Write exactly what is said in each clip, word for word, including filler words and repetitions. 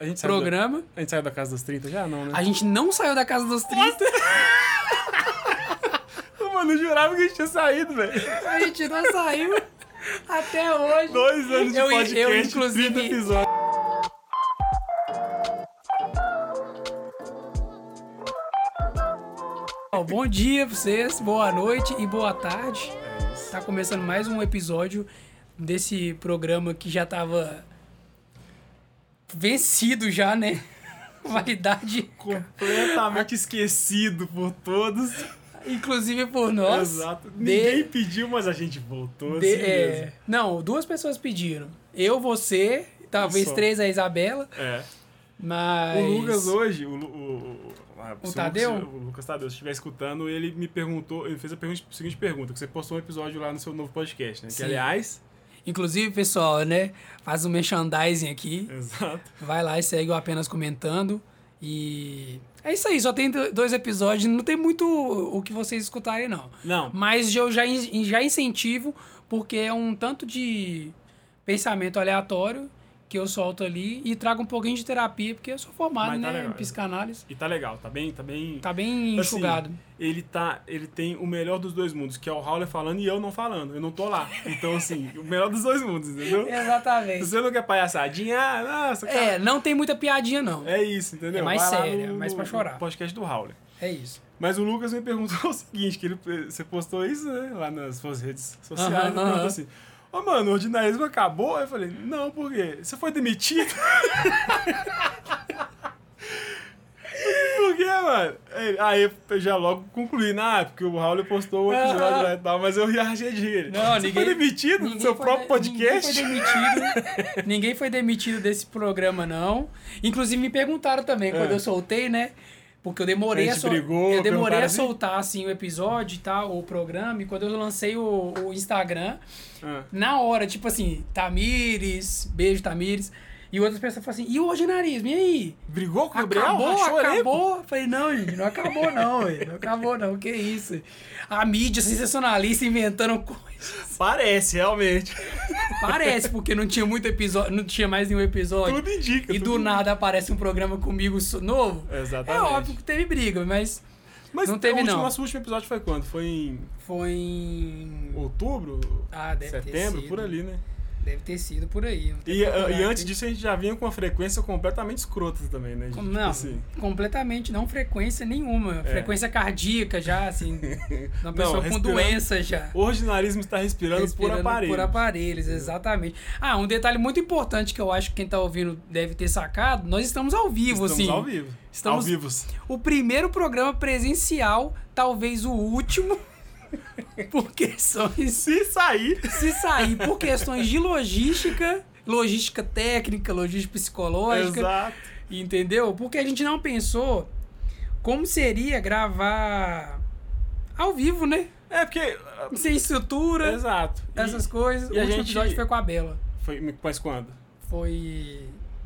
A gente saiu programa. Da, a gente saiu da casa dos trinta já? Não, né? A gente não saiu da casa dos trinta. Mano, eu jurava que a gente tinha saído, velho. A gente não saiu até hoje. Dois anos de eu, podcast, eu, inclusive, trinta episódios. Bom dia pra vocês, boa noite e boa tarde. É isso. Tá começando mais um episódio desse programa que já tava vencido já, né? Validade. Completamente esquecido por todos. Inclusive por nós. Exato. De... Ninguém pediu, mas a gente voltou de... assim é... mesmo. Não, duas pessoas pediram. Eu, você, talvez Só. três, a Isabela. É. Mas... O Lucas hoje, o, o, o, o se Tadeu? O, o Lucas Tadeu, se estiver escutando, ele me perguntou, ele fez a, pergunta, a seguinte pergunta, que você postou um episódio lá no seu novo podcast, né? Sim. Que, aliás... Inclusive, pessoal, né? Faz um merchandising aqui. Exato. Vai lá e segue o Apenas Comentando. E é isso aí, só tem dois episódios, não tem muito o que vocês escutarem, não. Não. Mas eu já, já incentivo, porque é um tanto de pensamento aleatório que eu solto ali e trago um pouquinho de terapia, porque eu sou formado, Mas tá né, legal. em psicanálise. E tá legal, tá bem... Tá bem, Tá bem assim, enxugado. ele, tá, ele tem o melhor dos dois mundos, que é o Howler falando e eu não falando. Eu não tô lá. Então, assim, o melhor dos dois mundos, entendeu? Exatamente. Se você não quer palhaçadinha, ah, nossa, cara. É, não tem muita piadinha, não. É isso, entendeu? É mais Vai lá sério, no- é mais pra no chorar. podcast do Howler. É isso. Mas o Lucas me perguntou o seguinte, que ele, você postou isso, né, lá nas suas redes sociais, Aham, ele perguntou aham. assim, ô, mano, o ordinarismo acabou? Aí eu falei, não, por quê? Você foi demitido? Por quê, mano? Aí eu já logo concluí, ah, porque o Raul postou um episódio Aham. lá e tal, mas eu reagei de ele. Não, Você ninguém- foi demitido do Ninguém seu foi próprio de- podcast? Ninguém foi demitido. Ninguém foi demitido desse programa, não. Inclusive, me perguntaram também, quando É. eu soltei, né? Porque eu demorei A a, gente sol- brigou, eu demorei perguntaram a assim? soltar assim, o episódio e tal, o programa. E quando eu lancei o, o Instagram, Ah. na hora, tipo assim, Tamires, beijo, Tamires. E outras pessoas falaram assim, e o ordinarismo? E aí? Brigou com o Gabriel? Acabou, Rachou o elenco? acabou. Falei, não, gente, não acabou não, ué, não acabou não, que isso. A mídia sensacionalista inventando coisas. Parece, realmente. Parece, porque não tinha muito episódio, não tinha mais nenhum episódio. Tudo indica. E tudo do indica. nada aparece um programa comigo so- novo. Exatamente. É óbvio que teve briga, mas Mas não teve, o último, não. nosso último episódio foi quando? Foi em foi em... outubro? Ah, deve ter setembro? sido. Por ali, né? Deve ter sido por aí. não tem E, como e procurar antes aqui. disso a gente já vinha com uma frequência completamente escrota também, né? Com- Tipo Não, assim. completamente não frequência nenhuma. É. Frequência cardíaca já, assim. de uma pessoa com respirando- doença já. O ordinarismo está respirando, Respirando por aparelho. Por aparelhos, exatamente. Ah, um detalhe muito importante que eu acho que quem tá ouvindo deve ter sacado, nós estamos ao vivo, Estamos assim. ao vivo. Estamos- Ao vivos. O primeiro programa presencial, talvez o último, por questões... Se sair. Se sair por questões de logística, logística técnica, logística psicológica, Exato. entendeu? Porque a gente não pensou como seria gravar ao vivo, né? É, porque... Sem estrutura, Exato. E- essas coisas. e O a último gente- episódio foi com a Bela. Foi, mas quando? Foi...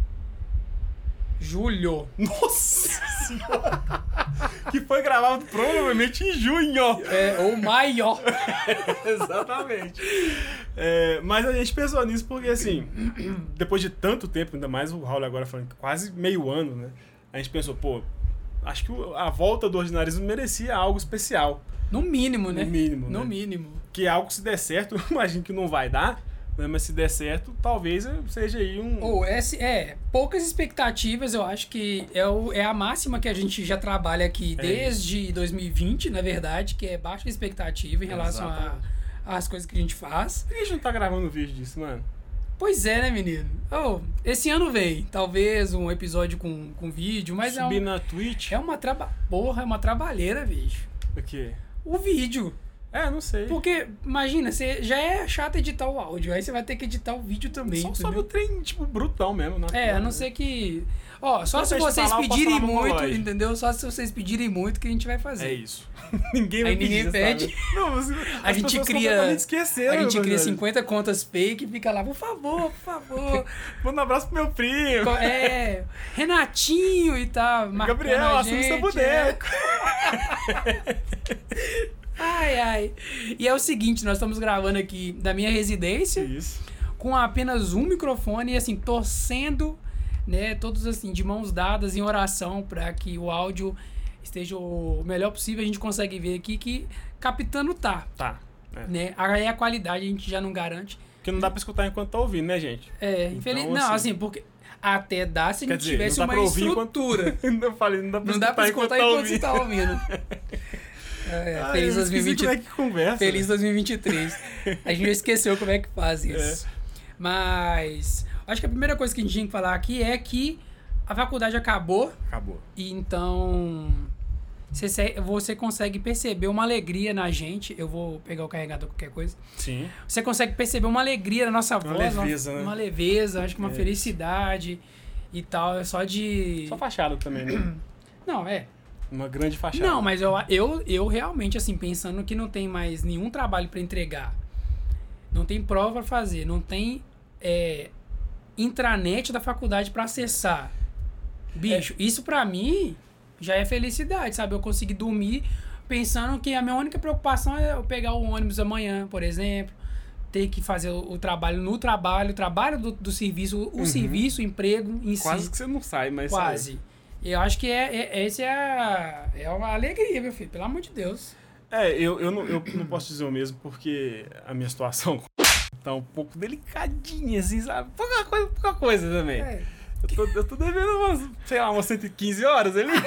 Julho. Nossa senhora! Que foi gravado provavelmente em junho. É, ou maior. Exatamente. É, mas a gente pensou nisso porque, assim, depois de tanto tempo, ainda mais o Raul agora falando quase meio ano, né? A gente pensou, pô, acho que o- a volta do ordinarismo merecia algo especial. No mínimo, né? No mínimo, No né? mínimo. Que algo se der certo, eu imagino que não vai dar, né? Mas se der certo, talvez seja aí um... Ou esse, é, poucas expectativas, eu acho que é, o, é a máxima que a gente já trabalha aqui É desde dois mil e vinte, na verdade, que é baixa expectativa em relação a- Exatamente. às coisas que a gente faz. Por que a gente não tá gravando vídeo disso, mano? Pois é, né, menino? Oh, esse ano vem, talvez um episódio com, com vídeo, mas é, Subir um, na Twitch? é uma traba, porra, é uma trabalheira, bicho. O quê? O vídeo. É, não sei. Porque, imagina, você já é chato editar o áudio, aí você vai ter que editar o vídeo também. Só entendeu? sobe o trem, tipo, brutão mesmo. Natural, É, a não né? ser que... Ó, só Quando se a gente vocês falar, eu posso pedirem falar no muito, Mongoloid. entendeu? Só se vocês pedirem muito que a gente vai fazer. É isso. Ninguém vai Aí pedir, ninguém pede. sabe? Não, mas A as gente pessoas cria- completamente esqueceram, A gente cria velho. cinquenta contas fake e fica lá, por favor, por favor. Manda um abraço pro meu primo. É, Renatinho e tal. marcando Gabriel, a assume seu gente, boneco. é. Ai, ai. E é o seguinte, nós estamos gravando aqui da minha residência, Isso. com apenas um microfone e assim, torcendo né? Todos assim, de mãos dadas em oração para que o áudio esteja o melhor possível. A gente consegue ver aqui que captando tá. Tá. É. Né? Aí a qualidade a gente já não garante. Porque não dá pra escutar enquanto tá ouvindo, né, gente? É, Então, infeliz... Não, assim, porque até dá se a gente dizer, tivesse não dá uma pra ouvir estrutura. Enquanto... eu falei, não dá pra Não dá pra escutar enquanto, enquanto você tá ouvindo. É, Ah, feliz eu dois mil e vinte... como é que conversa. Feliz dois mil e vinte e três. A gente já esqueceu como é que faz isso. É. Mas acho que a primeira coisa que a gente tinha que falar aqui é que a faculdade acabou. Acabou. E então você, você consegue perceber uma alegria na gente. Eu vou pegar o carregador, qualquer coisa. Sim. Você consegue perceber uma alegria na nossa uma voz. Leveza, uma, né? uma leveza, acho que uma é felicidade e tal. É só de... Só fachada também, né? Não, é. Uma grande fachada. Não, mas eu, eu, eu realmente, assim, pensando que não tem mais nenhum trabalho para entregar, não tem prova para fazer, não tem é, intranet da faculdade para acessar. Bicho, é. Isso para mim já é felicidade, sabe? Eu consegui dormir pensando que a minha única preocupação é eu pegar o ônibus amanhã, por exemplo, ter que fazer o, o trabalho no trabalho, o trabalho do, do serviço, o uhum. serviço, o emprego em si. Quase que você não sai, mas Quase. Sai. Eu acho que é, é, essa é a, é uma alegria, meu filho. Pelo amor de Deus. É, eu, eu, não, eu não posso dizer o mesmo porque a minha situação tá um pouco delicadinha, assim, sabe? Pouca coisa, pouca coisa também. É. Eu, tô, eu tô devendo umas, sei lá, umas cento e quinze horas ali.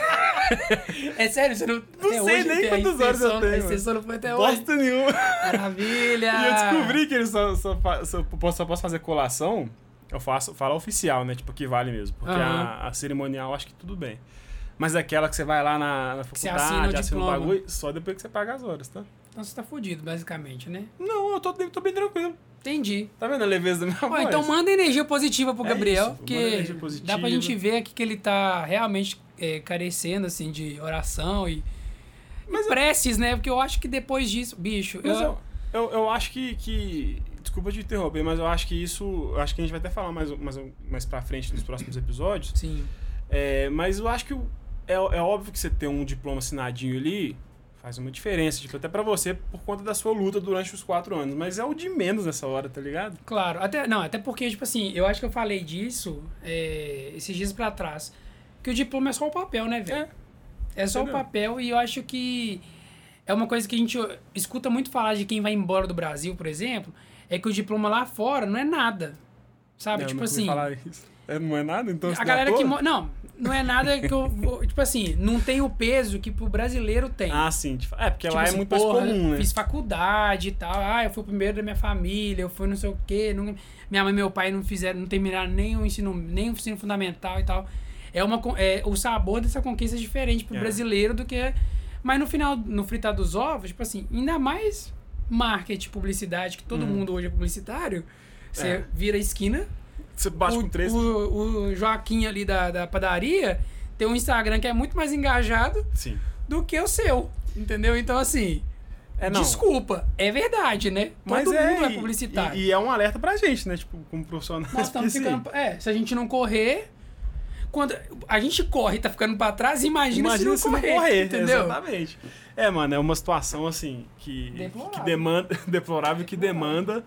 É sério? Você não... Não sei hoje nem quantas horas eu tenho. A extensão não foi até hoje. Bosta nenhuma. Maravilha! E eu descobri que eles só, só, só, só, só posso fazer colação... Eu faço, falo oficial, né? Tipo, que vale mesmo. Porque uhum. a, a cerimonial, acho que tudo bem. Mas aquela que você vai lá na, na faculdade, assina o, assina o bagulho, só depois que você paga as horas, tá? Então você tá fudido, basicamente, né? Não, eu tô, tô bem tranquilo. Entendi. Tá vendo a leveza da minha Ó, voz? Então manda energia positiva pro é Gabriel, isso, porque dá pra gente ver aqui que ele tá realmente é, carecendo, assim, de oração e, Mas e preces, eu... né? Porque eu acho que depois disso, bicho... Mas eu, eu, eu, eu acho que... que... Desculpa te interromper, mas eu acho que isso... Eu acho que a gente vai até falar mais, mais, mais pra frente nos próximos episódios. Sim. É, mas eu acho que é, é óbvio que você ter um diploma assinadinho ali faz uma diferença, tipo, até pra você por conta da sua luta durante os quatro anos. Mas é o de menos nessa hora, tá ligado? Claro. Até, não, até porque, tipo assim, eu acho que eu falei disso é, esses dias pra trás. Que o diploma é só o papel, né, velho? É. É só Entendeu? o papel e eu acho que é uma coisa que a gente escuta muito falar de quem vai embora do Brasil, por exemplo... É que o diploma lá fora não é nada. Sabe? Não, tipo não assim. Falar isso. É, não é nada? Então a galera que. Mo- não, não é nada que eu vou. Tipo assim, não tem o peso que pro brasileiro tem. Ah, sim. É, porque tipo lá assim, é muito porra, mais comum, né? Fiz faculdade e tal. Ah, eu fui o primeiro da minha família, eu fui não sei o quê. Não, minha mãe e meu pai não fizeram, não terminaram nem o ensino, nem o ensino fundamental e tal. É uma, é, o sabor dessa conquista é diferente pro é. brasileiro do que. Mas no final, no fritar dos ovos, tipo assim, ainda mais. Marketing, publicidade, que todo uhum. mundo hoje é publicitário, você é. vira a esquina. Você bate o, com três. O, o Joaquim ali da, da padaria tem um Instagram que é muito mais engajado Sim. do que o seu. Entendeu? Então, assim. É, desculpa, é verdade, né? Mas todo é, mundo é publicitário. E, e é um alerta pra gente, né? Tipo, como profissional. Nós estamos ficando. É, se a gente não correr. Quando a gente corre e tá ficando pra trás, imagina, imagina se não se correr, não correr. Entendeu? Exatamente. É, mano, é uma situação assim que, que demanda. Deplorável, que demanda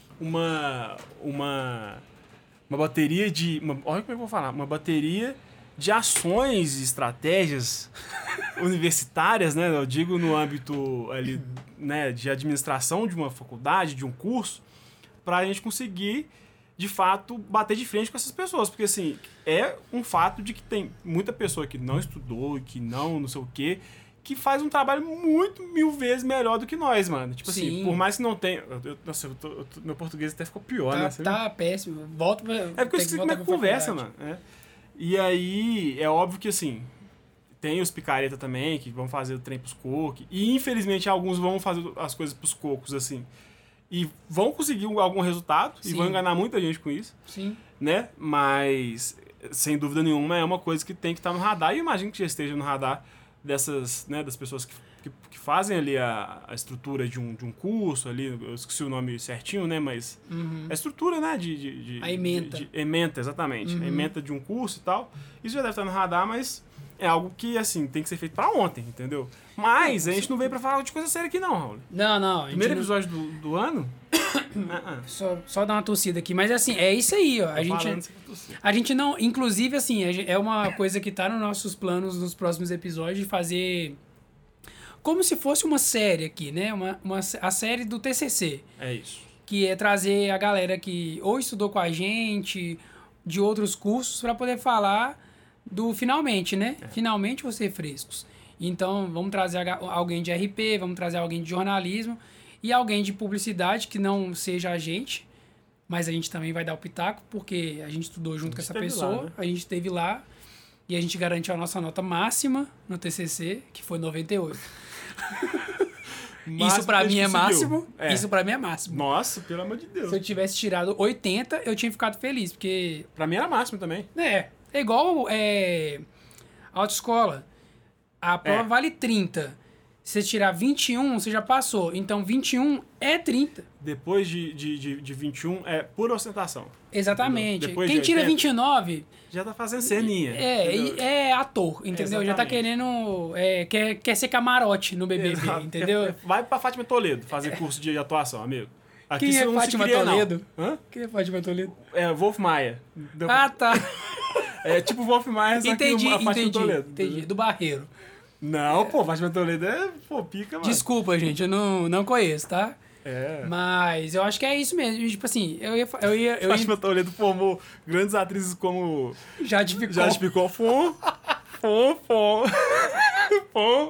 uma. Uma. Uma bateria de. Uma, olha como é que eu vou falar. Uma bateria de ações e estratégias universitárias, né? Eu digo no âmbito ali, né, de administração de uma faculdade, de um curso, pra gente conseguir. De fato, bater de frente com essas pessoas. Porque, assim, é um fato de que tem muita pessoa que não estudou, que não, não sei o quê, que faz um trabalho muito, mil vezes melhor do que nós, mano. Tipo Sim. assim, por mais que não tenha... Eu, eu, nossa, eu tô, eu tô, meu português até ficou pior, tá, né? Você tá viu? péssimo. Volta pra... É porque eu sei como é que conversa, mano. É. E aí, é óbvio que, assim, tem os picareta também, que vão fazer o trem pros cocos. E, infelizmente, alguns vão fazer as coisas pros cocos, assim... E vão conseguir algum resultado Sim. e vão enganar muita gente com isso. Sim. Né? Mas, sem dúvida nenhuma, é uma coisa que tem que estar no radar. E eu imagino que já esteja no radar dessas, né, das pessoas que, que, que fazem ali a, a estrutura de um, de um curso ali. Eu esqueci o nome certinho, né? Mas uhum. a estrutura, né? De, de, de, a ementa. De, de, ementa, exatamente. Uhum. A ementa de um curso e tal. Isso já deve estar no radar, mas é algo que, assim, tem que ser feito pra ontem, entendeu? Mas a gente não veio pra falar de coisa séria aqui não, Raul. Não, não. Primeiro episódio não... do, do ano, Uh-uh. Só, só dar uma tossida aqui. Mas assim, é isso aí, ó. A Tô falando, gente, você vai tossir. a gente não... Inclusive, assim, é uma coisa que tá nos nossos planos nos próximos episódios de fazer... Como se fosse uma série aqui, né? Uma, uma, a série do T C C. É isso. Que é trazer a galera que ou estudou com a gente, de outros cursos, para poder falar do finalmente, né? É. Finalmente você frescos. Então, vamos trazer alguém de R P, vamos trazer alguém de jornalismo e alguém de publicidade que não seja a gente, mas a gente também vai dar o pitaco, porque a gente estudou junto com essa pessoa, lá, né? A gente esteve lá e a gente garantiu a nossa nota máxima no T C C, que foi noventa e oito. Isso pra mim é máximo. É. Isso pra mim é máximo. Nossa, pelo amor de Deus. Se eu tivesse tirado oitenta, eu tinha ficado feliz, porque... Pra mim era máximo também. É, é igual é, autoescola. A prova é. vale trinta. Se você tirar vinte e um, você já passou. Então, vinte e um é trinta. Depois de, de, de, de vinte e um, é pura ostentação. Exatamente. Quem tira vinte e nove... Já tá fazendo ceninha. É, é ator, entendeu? Exatamente. Já tá querendo... É, quer, quer ser camarote no B B B, exato. Entendeu? Vai pra Fátima Toledo fazer curso de atuação, amigo. Aqui Quem é Fátima cria, Toledo? Hã? Quem é Fátima Toledo? É, Wolf Maia. Deu... Ah, tá. É tipo Wolf Maia, só entendi, que a Fátima entendi, Toledo. Entendi, do Barreiro. Não, é. pô, Fátima Toledo é, pô, pica, mano. Desculpa, gente, eu não, não conheço, tá? É. Mas eu acho que é isso mesmo. Tipo assim, eu ia... Eu ia, eu Fátima ia... Toledo formou grandes atrizes como... Jade Picon. Jade Picon. Fom, fom, fom. Fom.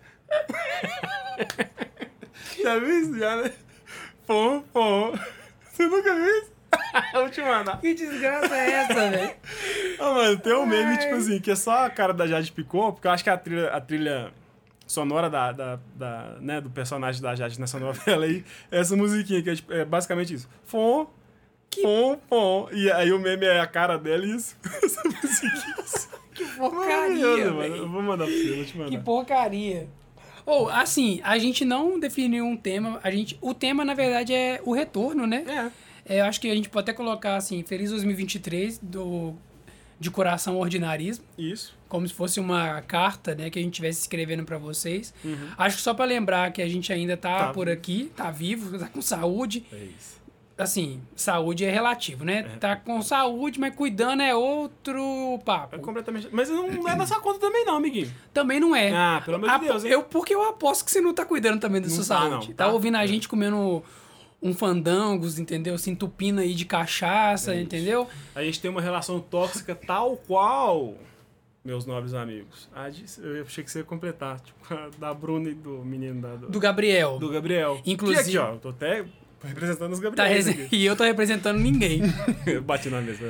Já viu isso? Já, né? Fom, fom. Você nunca viu isso? Eu vou te mandar. Que desgraça é essa, velho? Ah, mano, tem um meme, tipo assim, que é só a cara da Jade Picon, porque eu acho que a trilha... A trilha sonora da, da, da, né, do personagem da Jade nessa novela aí, é essa musiquinha, que é, tipo, é basicamente isso. Fom, que... fom, fom. E aí o meme é a cara dela e isso. Essa musiquinha. Que porcaria, mano. Eu vou mandar pra você, vou te mandar. Que porcaria. Ou, oh, assim, a gente não definiu um tema, a gente, o tema, na verdade, é o retorno, né? É. é eu acho que a gente pode até colocar, assim, Feliz dois mil e vinte e três, do... de coração ordinarismo. Isso. Como se fosse uma carta, né, que a gente estivesse escrevendo para vocês. Uhum. Acho que só para lembrar que a gente ainda tá, tá por vivo. aqui, tá vivo, tá com saúde. É isso. Assim, saúde é relativo, né? É. Tá com saúde, mas cuidando é outro papo. É completamente... Mas não, não é da sua conta também não, amiguinho. Também não é. Ah, pelo amor de Deus, hein? Eu, porque eu aposto que você não tá cuidando também da não sua tá, saúde. Não, tá, tá ouvindo a é. gente comendo... um fandangos, entendeu? Se entupindo aí de cachaça, é entendeu? A gente tem uma relação tóxica tal qual, meus nobres amigos. Ah, eu achei que você ia completar, tipo, a da Bruna e do menino da... Do, do Gabriel. Do Gabriel. Inclusive... Que aqui, ó, tô até representando os Gabriels tá res... E eu tô representando ninguém. Eu bati na mesa.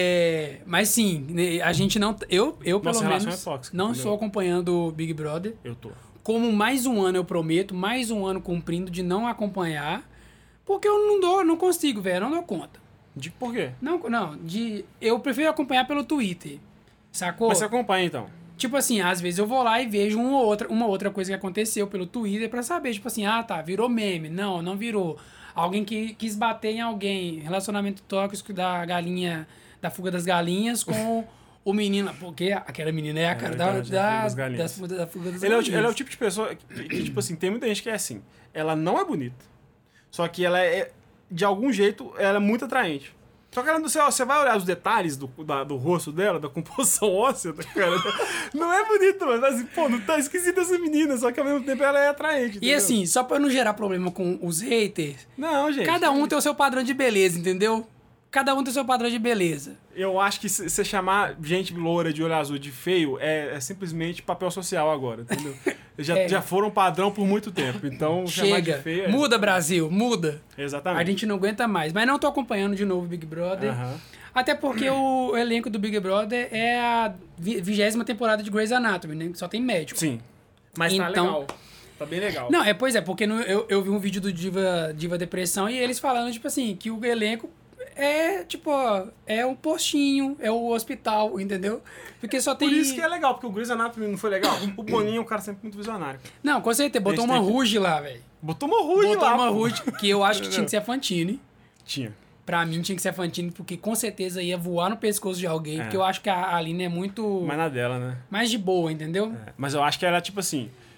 É, mas sim, a gente não... Eu, eu pelo Nossa menos, é tóxica, não entendeu? estou acompanhando o Big Brother. Eu tô. Como mais um ano eu prometo, mais um ano cumprindo de não acompanhar... Porque eu não dou, não consigo, velho, não dou conta. De por quê? Não, não, de eu prefiro acompanhar pelo Twitter. Sacou? Mas você acompanha então. Tipo assim, às vezes eu vou lá e vejo uma outra, uma outra coisa que aconteceu pelo Twitter pra saber, tipo assim, ah, tá, virou meme. Não, não virou. Alguém que quis bater em alguém, relacionamento tóxico da galinha, da fuga das galinhas com o menino, porque aquela menina é a cara é, da, da, das galinhas. Das, da fuga das ele galinhas. É o, ele é o tipo de pessoa que, que, tipo assim, tem muita gente que é assim, ela não é bonita, só que ela é, de algum jeito, ela é muito atraente. Só que ela, você, você vai olhar os detalhes do, da, do rosto dela, da composição óssea, cara, não é bonito, mas assim, pô, não tá esquisita essa menina, só que ao mesmo tempo ela é atraente. Entendeu? E assim, só pra não gerar problema com os haters, não, gente, cada um tem o seu padrão de beleza, entendeu? Cada um tem o seu padrão de beleza. Eu acho que você chamar gente loura de olho azul de feio é, é simplesmente papel social agora, entendeu? Já, é. já foram padrão por muito tempo, então chega, chamar de feio é... muda Brasil, muda. Exatamente. A gente não aguenta mais, mas não tô acompanhando de novo o Big Brother, uh-huh. até porque o elenco do Big Brother é a vigésima temporada de Grey's Anatomy, né? Só tem médico. Sim, mas então, tá legal. Tá bem legal. Não, é, pois é, porque no, eu, eu vi um vídeo do Diva, Diva Depressão e eles falando, tipo assim, que o elenco é, tipo, é um postinho, é o hospital, entendeu? Porque só tem... Por isso que é legal, porque o Grey's Anatomy não foi legal. O Boninho é um cara sempre muito visionário. Não, com certeza, botou uma que... Ruge lá, velho. Botou uma Ruge botou lá. Botou uma Ruge, que eu acho que tinha que ser a Fantine. Tinha. Pra mim tinha que ser a Fantine, porque com certeza ia voar no pescoço de alguém, é. porque eu acho que a Aline é muito... Mais na dela, né? Mais de boa, entendeu? É. Mas eu acho que era, tipo assim...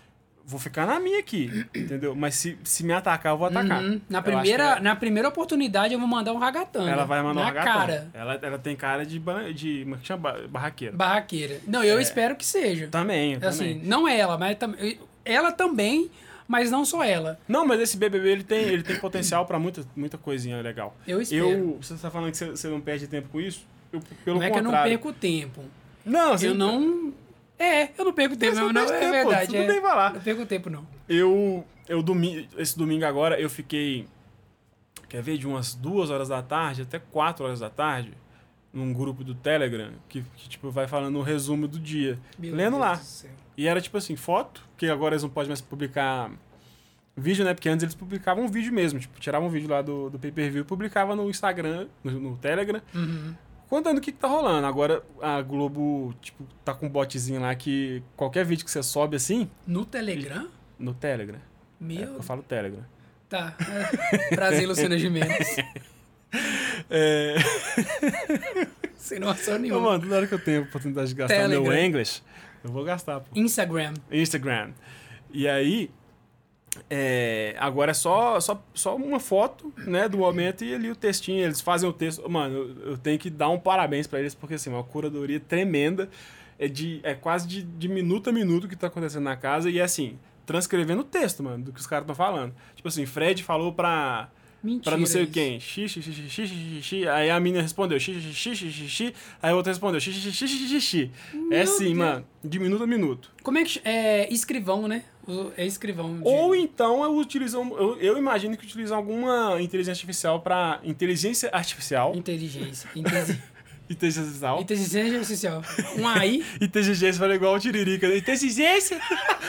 vou ficar na minha aqui, entendeu? Mas se, se me atacar, eu vou atacar. Uhum. Na, Eu primeira, acho que na primeira oportunidade, eu vou mandar um ragatanga. ela vai mandar na um ragatanga. cara. Ela, ela tem cara de, ba- de como é que chama? Barraqueira. Barraqueira. Não, eu É. espero que seja. Também, eu Assim, também. não ela, mas tam- ela também, mas não só ela. Não, mas esse B B B, ele tem, ele tem potencial pra muita, muita coisinha legal. Eu espero. Eu, você tá falando que você, você não perde tempo com isso? Eu, pelo não é que eu não contrário. perco tempo. Não, assim, Eu não... É, eu não perco tempo, Você não, não não, perde é tempo, verdade. você não é. tem que falar. Não perco tempo, não. Eu, eu domi, esse domingo agora, eu fiquei, quer ver, de umas duas horas da tarde até quatro horas da tarde, num grupo do Telegram, que, que tipo, vai falando um resumo do dia. Meu lendo Deus lá. do céu. E era tipo assim, foto, que agora eles não podem mais publicar vídeo, né? Porque antes eles publicavam um vídeo mesmo, tipo, tiravam um vídeo lá do, do pay-per-view e publicavam no Instagram, no, no Telegram, Uhum. contando o que, que tá rolando. Agora a Globo, tipo, tá com um botzinho lá que qualquer vídeo que você sobe assim, No Telegram? no Telegram. É, Meu... eu falo Telegram. Tá. É. Prazer, Luciana Gimenez. É... Sem noção Ô, nenhuma. mano, toda hora que eu tenho a oportunidade de gastar Telegram. meu inglês, eu vou gastar, pô. Instagram. Instagram. E aí, é, agora é só, só, só uma foto, né, do momento e ali o textinho, eles fazem o texto. Mano, eu, eu tenho que dar um parabéns pra eles, porque assim, uma curadoria tremenda, é, de, é quase de, de minuto a minuto o que tá acontecendo na casa, e é assim, transcrevendo o texto, mano, do que os caras estão falando. Tipo assim, Fred falou pra... Mentira. Pra não sei isso. quem. Xixi, xixi, xixi, xixi, xixi. Aí a menina respondeu xixi, xixi, xixi, xixi. Aí a outra respondeu xixi, xixi, xixi, xixi. É assim, Deus. mano. De minuto a minuto. Como é que... ch- É escrivão, né? O- É escrivão. de- Ou então eu utilizo... Eu, eu imagino que utilizam alguma inteligência artificial pra... Inteligência artificial. Inteligência. Intelig- Inteligência artificial. Inteligência artificial. Um A I. Inteligência fala igual o Tiririca, né? Inteligência!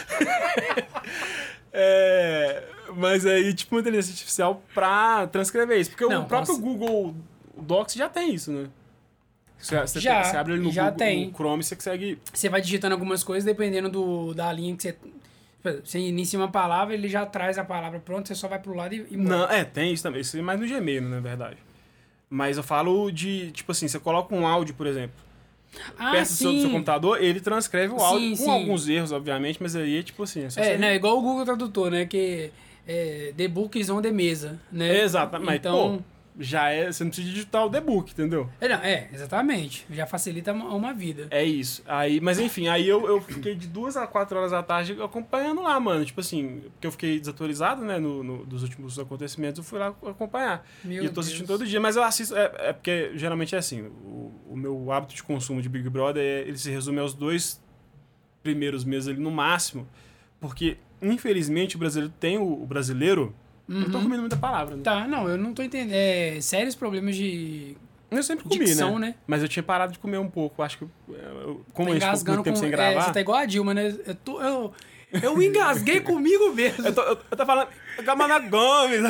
É... Mas aí, tipo, uma inteligência artificial pra transcrever isso. Porque Não, o próprio cons- Google Docs já tem isso, né? Você, você, Já, você abre ele no já Google, tem. no Chrome, você consegue... Você vai digitando algumas coisas, dependendo do, da linha que você... Você inicia uma palavra, ele já traz a palavra pronta, você só vai pro lado e, e Não, muda. é, tem isso também. Isso é mais no Gmail, na verdade. Mas eu falo de, tipo assim, você coloca um áudio, por exemplo, Ah, perto do seu, do seu sim. computador, ele transcreve o Sim, áudio, com sim. alguns erros, obviamente, mas aí é tipo assim... É, só É, você- né? Igual o Google Tradutor, né? Que é The Book is on the mesa, né? Exato, mas, então, pô, já é... Você não precisa digitar o debook, entendeu? É, não, é, exatamente. Já facilita uma, uma vida. É isso. Aí, mas enfim, aí eu, eu fiquei de duas a quatro horas da tarde acompanhando lá, mano. Tipo assim, porque eu fiquei desatualizado, né, no, no- dos últimos acontecimentos, eu fui lá acompanhar. Meu e eu tô Deus. assistindo todo dia, mas eu assisto. É, é porque geralmente é assim: o, o meu hábito de consumo de Big Brother, é, ele se resume aos dois primeiros meses ali no máximo. Porque, infelizmente, o brasileiro tem o, o brasileiro. Eu tô Uhum. comendo muita palavra, né? Tá, não, eu não tô entendendo. É, sérios problemas de Eu sempre comi, dicção, né? né? Mas eu tinha parado de comer um pouco. Acho que. eu- eu- como Tá a gente ficou engasgando muito tempo com... sem é, gravar. você tá igual a Dilma, né? Eu, tô, eu, eu engasguei comigo mesmo. Eu tô, eu, eu tô falando. Camana Gomes.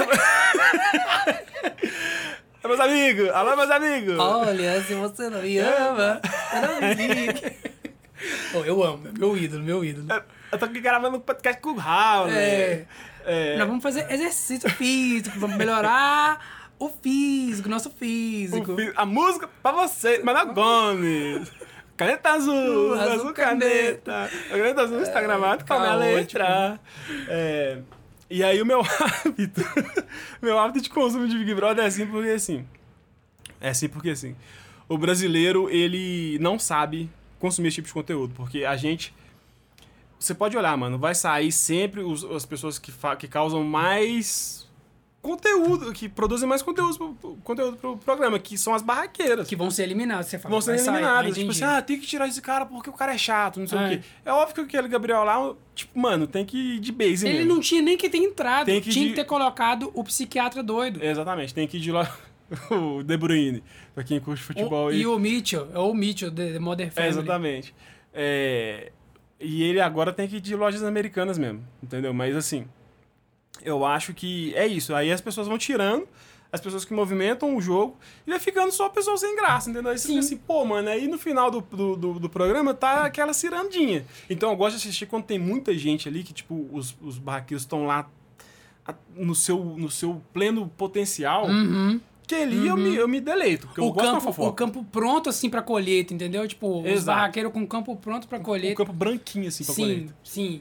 Meus amigos. Alô, meus amigos. Olha, se você não me ama, eu não me ligue. Oh, eu amo, é meu ídolo, meu ídolo. Eu, eu tô aqui gravando um podcast com o Raul, É. né? É. Nós vamos fazer exercício físico, vamos melhorar o físico, nosso O físico. fi- a música pra você, Camana Gomes. Caneta azul, Azul azul, caneta. A caneta azul está gravado com a minha tá letra. É, e aí o meu hábito, meu hábito de consumo de Big Brother é assim porque assim. É assim porque assim. O brasileiro, ele não sabe consumir esse tipo de conteúdo, porque a gente... Você pode olhar, mano, vai sair sempre os, as pessoas que, fa, que causam mais conteúdo, que produzem mais conteúdo, pro- conteúdo pro programa, que são as barraqueiras. Que vão ser eliminados, você fala. Vão ser vai sair. eliminadas. Ah, Tipo assim, entendi. ah, tem que tirar esse cara porque o cara é chato, não sei É. o quê. É óbvio que aquele Gabriel lá, tipo, mano, tem que ir de base Ele mesmo. não tinha nem que ter entrado, Tem que tinha de- que ter colocado o psiquiatra doido. Exatamente, tem que ir de lá o De Bruyne, pra quem curte futebol O- aí. e o Mitchell, é o Mitchell, de Modern É, Family. exatamente. É, e ele agora tem que ir de lojas americanas mesmo, entendeu? Mas assim, eu acho que é isso. Aí as pessoas vão tirando, as pessoas que movimentam o jogo, e vai ficando só pessoas sem graça, entendeu? Aí você Sim. fica assim, pô, mano, aí no final do, do, do, do programa tá aquela cirandinha. Então eu gosto de assistir quando tem muita gente ali, que tipo, os, os barraqueiros estão lá a- no seu, no seu pleno potencial, Uhum. que ali eu, me, eu me deleito, porque eu O gosto da campo, fofoca. o campo pronto, assim, pra colheita, entendeu? Tipo, os Exato. barraqueiros com o campo pronto pra O colheita. campo branquinho, assim, pra Sim, colheita. sim.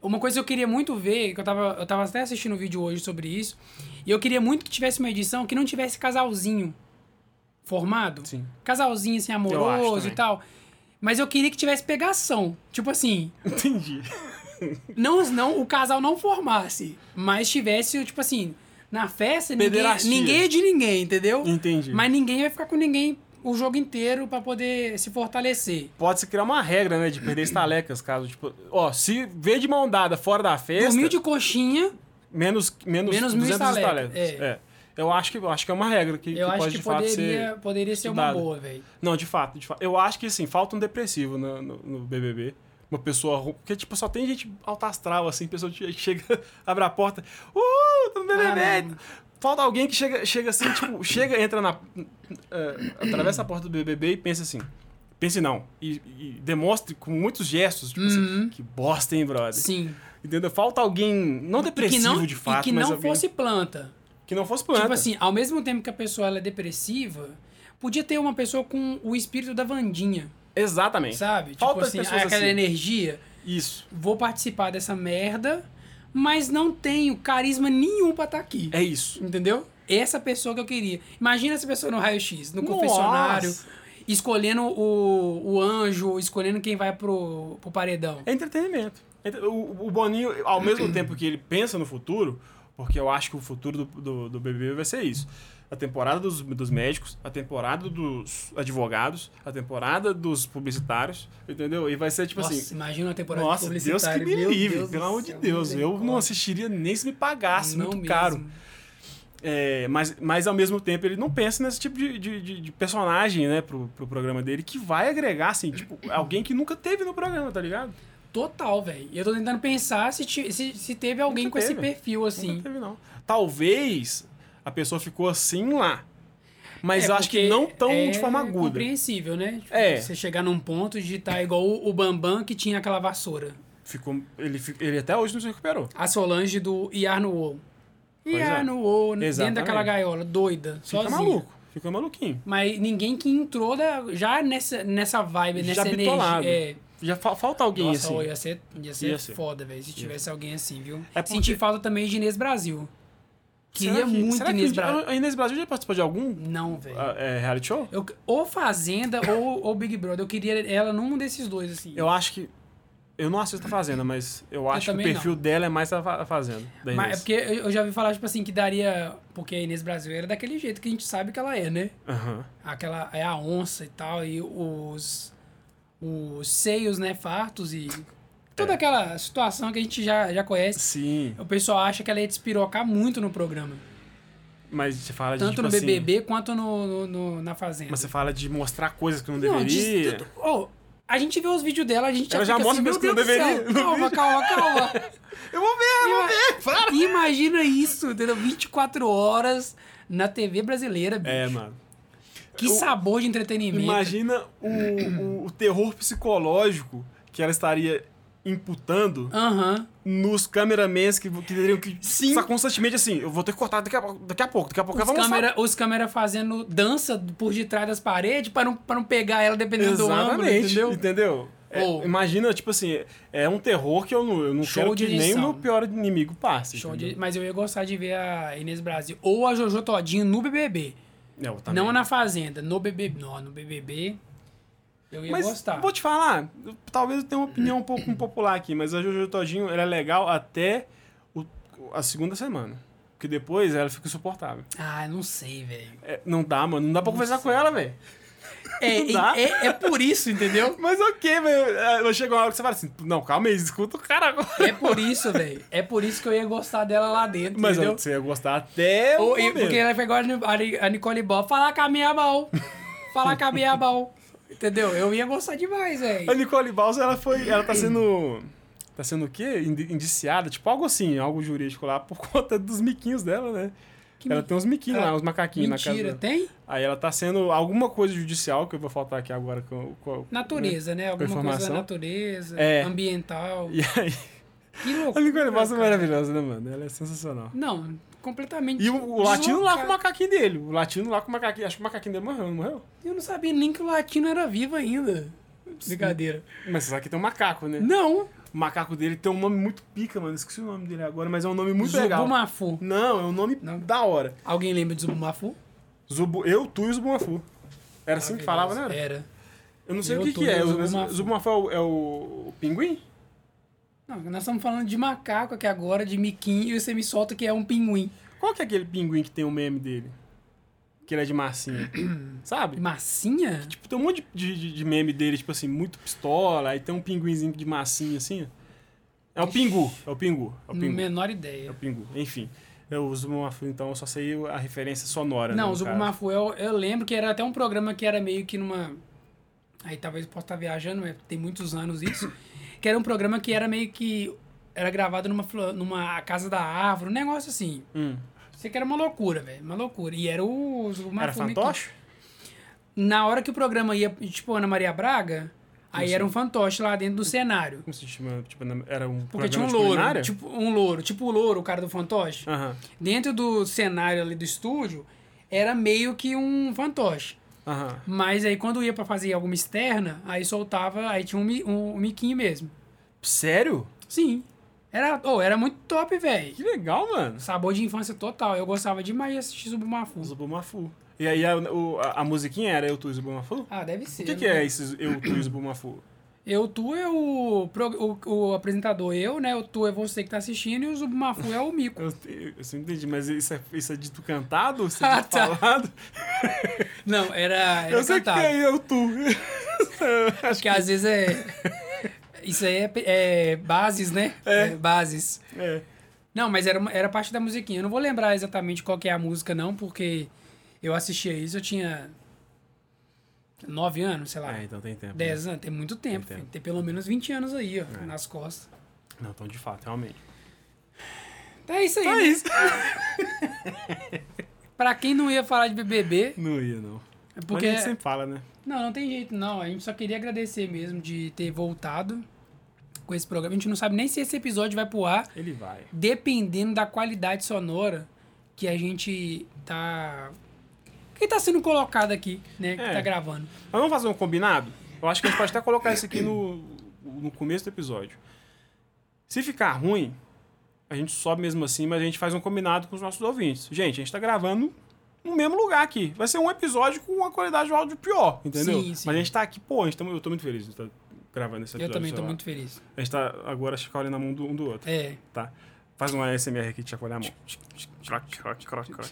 Uma coisa que eu queria muito ver, que eu tava, eu tava até assistindo um vídeo hoje sobre isso, e eu queria muito que tivesse uma edição que não tivesse casalzinho formado. Sim. Casalzinho, assim, amoroso e tal. Mas eu queria que tivesse pegação. Tipo assim... Entendi. Não, não, o casal não formasse, mas tivesse, tipo assim, na festa, ninguém, ninguém é de ninguém, entendeu? Entendi. Mas ninguém vai ficar com ninguém o jogo inteiro pra poder se fortalecer. Pode-se criar uma regra, né, de perder estalecas, caso, tipo... Ó, se vê de mão dada fora da festa... Dormiu de coxinha... Menos, menos, menos mil estalecas. estalecas. É. É. Eu acho que, eu acho que é uma regra que, eu que acho pode, que de fato, poderia, ser poderia ser uma boa, velho. Não, de fato, de fato. Eu acho que, assim, falta um depressivo no, no, no B B B. Uma pessoa... Porque, tipo, só tem gente alta astral, assim, pessoa que chega, abre a porta... Uh, tô no B B B! Ah, falta alguém que chega, chega assim, tipo... chega, entra na... Uh, atravessa a porta do B B B e pensa assim... Pense não. E, e demonstre com muitos gestos, tipo uhum. assim... Que bosta, hein, brother? Sim. Entendeu? Falta alguém... Não depressivo, não, de fato, e que mas não alguém... fosse planta. Que não fosse planta. Tipo assim, ao mesmo tempo que a pessoa ela é depressiva, podia ter uma pessoa com o espírito da Wandinha. Exatamente. Sabe? Falta tipo assim, pessoas aquela assim. energia. Isso. Vou participar dessa merda, mas não tenho carisma nenhum pra estar aqui. É isso. Entendeu? Essa pessoa que eu queria. Imagina essa pessoa no raio-x, no confessionário, Nossa. escolhendo o, o anjo, escolhendo quem vai pro, pro paredão. É entretenimento. O, o Boninho, ao mesmo tempo que ele pensa no futuro, porque eu acho que o futuro do, do, do B B B vai ser isso. A temporada dos, dos médicos, a temporada dos advogados, a temporada dos publicitários, entendeu? E vai ser tipo Nossa, assim... imagina uma temporada Nossa, de Deus publicitário. que me Meu livre, Deus pelo do amor de céu, Deus. Eu não misericórdia. assistiria nem se me pagasse, Não muito mesmo. caro. É, mas, mas ao mesmo tempo ele não pensa nesse tipo de, de, de, de personagem, né, pro, pro programa dele, que vai agregar, assim, tipo, alguém que nunca teve no programa, tá ligado? Total, velho. Eu tô tentando pensar se, ti- se, se teve alguém Nunca com teve. esse perfil, assim. Nunca teve, não. Talvez a pessoa ficou assim lá. Mas É, eu acho que porque não tão é de forma aguda. compreensível, né? Tipo, É. Você chegar num ponto de estar igual o, o Bambam que tinha aquela vassoura. Ficou, ele, fi- ele até hoje não se recuperou. A Solange do Iar no O. Pois Iar é. no O, dentro Exatamente. daquela gaiola, doida, Fica sozinha. maluco. Ficou maluquinho. Mas ninguém que entrou da, já nessa, nessa vibe, Já nessa bitolado. energia. É. Já fa- falta alguém Nossa, assim. ó, ia ser, ia ser Ia ser. foda, velho, se tivesse alguém assim, viu? É porque- Senti falta também de Inês Brasil. Queria Será que- muito será que Inês a- Brasil. A Inês Brasil já participou de algum Não, velho. ah, é, reality show? Eu, ou Fazenda ou, ou Big Brother. Eu queria ela num desses dois, assim. Eu acho que... Eu não assisto a Fazenda, mas eu acho que o também perfil dela é mais a Fa- a Fazenda. Da Mas é Inês. porque eu eu já ouvi falar, tipo assim, que daria... Porque a Inês Brasil era daquele jeito que a gente sabe que ela é, né? Aham. Aquela... É a onça e tal, e os... Os seios, né, fartos e... Toda É. aquela situação que a gente já, já conhece. Sim. O pessoal acha que ela ia despirocar muito no programa. Mas você fala de, Tanto tipo no assim... B B B quanto no, no, no- na Fazenda. Mas você fala de mostrar coisas que não Não, deveria. diz- oh, a gente vê os vídeos dela, a gente Ela já fica mostra assim, coisas meu que não Deus do deveria céu, no Calma, vídeo. calma, calma. Eu vou ver, eu vou ver! Para! Imagina isso, entendeu? vinte e quatro horas na T V brasileira, bicho. É, mano. Que Eu- sabor de entretenimento. Imagina o, o, o terror psicológico que ela estaria imputando Aham. nos cameramans que, que teriam que Sim. estar constantemente assim, eu vou ter que cortar daqui a, daqui a pouco, daqui a pouco Os ela vai mostrar. câmera, os câmera fazendo dança por detrás das paredes pra não, pra não pegar ela dependendo do ângulo, Exatamente, entendeu? entendeu? É, Oh. Imagina, tipo assim, é um terror que eu não, eu não Show quero de que nem o edição. meu pior inimigo passe. Show entendeu? de, mas eu ia gostar de ver a Inês Brasil ou a Jojo Todinho no B B B. É, eu também. Não na Fazenda, no B B B. Não, no B B B eu ia Mas gostar. vou te falar, eu- talvez eu tenha uma opinião um pouco impopular aqui, mas a Jojo Todinho ela é legal até o- a segunda semana. Porque depois ela fica insuportável. Ah, não sei, velho. É, não dá, mano. Não dá pra conversar com ela, velho. É, Não dá. é, é, é por isso, entendeu? Mas ok, velho. Chega uma hora que você fala assim, não, calma aí, escuta o cara agora. É por isso, velho. É por isso que eu ia gostar dela lá dentro, Mas entendeu? você ia gostar até o Ou, e- momento. porque ela pegou a Ni- a Ni- a Nicole Ball, falar com a minha mão. Falar com a minha mão. Entendeu? Eu ia gostar demais, A velho. Nicole Balsa, ela foi. Ela tá sendo. Tá sendo o quê? Indi- Indiciada, tipo algo assim, algo jurídico lá, por conta dos miquinhos dela, né? Que ela mi- tem uns miquinhos Ah, lá, uns macaquinhos na Mentira, casa. tem? Aí ela tá sendo alguma coisa judicial, que eu vou faltar aqui agora com. com Natureza, né? Alguma coisa da informação. natureza, É. ambiental. E aí. Que A loucura. Nicole Balsa é cara. maravilhosa, né, mano? Ela é sensacional. Não, completamente. E o, o latino lá com o deslocado. macaquinho dele. O latino lá com o macaquinho. Acho que o macaquinho dele morreu, não morreu? Eu não sabia nem que o latino era vivo ainda. Brincadeira. Mas você sabe que tem um macaco, né? Não. O macaco dele tem um nome muito pica, mano. Esqueci o nome dele agora, mas é um nome muito legal. Zubumafu. Não, é um nome Não. da hora. Alguém lembra de Zubumafu? Zubu... Eu, tu e o Zubumafu. Era assim que falava, né? Era. Eu não sei Eu, o que tu que e é. o O Zubumafu. Zubumafu é o, é o pinguim? Não, nós estamos falando de macaco aqui agora, de miquinho, e você me solta que é um pinguim. Qual que é aquele pinguim que tem o meme dele? Que ele é de massinha. Sabe? Massinha? Tipo, tem um monte de, de, de meme dele, tipo assim, muito pistola, aí tem um pinguinzinho de massinha assim, ó. É o Pingu, é o Pingu. É o Pingu. Menor É ideia. o Pingu. Enfim, eu uso o Zubumafu, então eu só sei a referência sonora. Não, né, o no Zubumafu, eu, eu lembro que era até um programa que era meio que numa... Aí talvez eu possa estar viajando, mas tem muitos anos isso. Que era um programa que era meio que... Era gravado numa, flo- numa casa da árvore, um negócio assim. Hum. Sei que era uma loucura, velho. Uma loucura. E era o Zubumafu. Era fantoche? Na hora que o programa ia, tipo, Ana Maria Braga, aí Isso. era um fantoche lá dentro do cenário. Como se chama? Tipo, era um Porque tinha programa um de louro, culinária? tipo um louro, tipo o louro, o cara do fantoche. Aham, Dentro do cenário ali do estúdio, era meio que um fantoche. aham. Mas aí quando ia pra fazer alguma externa, aí soltava, aí tinha um, mi- um, um miquinho mesmo. Sério? Sim. Era, oh, era muito top, velho. Que legal, mano. Sabor de infância total. Eu gostava demais de assistir Zubumafu. Zubumafu. E aí a, o- a, a musiquinha era Eu, Tu e Zubumafu? Ah, deve ser. O que, né? que é esse Eu, Tu e Zubumafu? Eu, tu é o, pro- o, o apresentador, eu, né? O tu é você que tá assistindo e o Zubumafu é o mico. Eu, eu, eu sempre entendi, mas isso é, isso é dito cantado? Isso Ah, é dito tá. falado? Não, era, era Eu sei que cantado. é Eu, Tu. Acho Porque às vezes é... Isso aí é, é bases, né? É. bases. que é. Não, mas era, uma- era parte da musiquinha. Eu não vou lembrar exatamente qual que é a música, não, porque eu assistia isso, eu tinha nove anos, sei lá, É, então tem tempo. né? dez anos. Tem muito tempo, Tem tempo. filho. Tem pelo menos vinte anos aí, ó, É. nas costas. Não, então de fato, realmente. Então é isso aí, É né? isso. Pra quem não ia falar de B B B, Não ia, não. é Porque... porque... Mas a gente sempre fala, né? Não, não tem jeito, não. A gente só queria agradecer mesmo de ter voltado com esse programa. A gente não sabe nem se esse episódio vai pro ar, Ele vai. dependendo da qualidade sonora que a gente tá... que tá sendo colocado aqui, né? Que É. tá gravando. Mas vamos fazer um combinado? Eu acho que a gente pode até colocar isso aqui no, no começo do episódio. Se ficar ruim, a gente sobe mesmo assim, mas a gente faz um combinado com os nossos ouvintes. Gente, a gente tá gravando no mesmo lugar aqui. Vai ser um episódio com uma qualidade de áudio pior, entendeu? Sim, sim. Mas a gente tá aqui, pô, a gente tá, eu tô muito feliz de estar gravando esse Eu episódio. também sei tô lá. muito feliz. A gente tá agora chacoalhando a mão do, um do outro, É. tá? Faz um A S M R aqui de chacoalhar a mão. Croc, croc, croc, croc.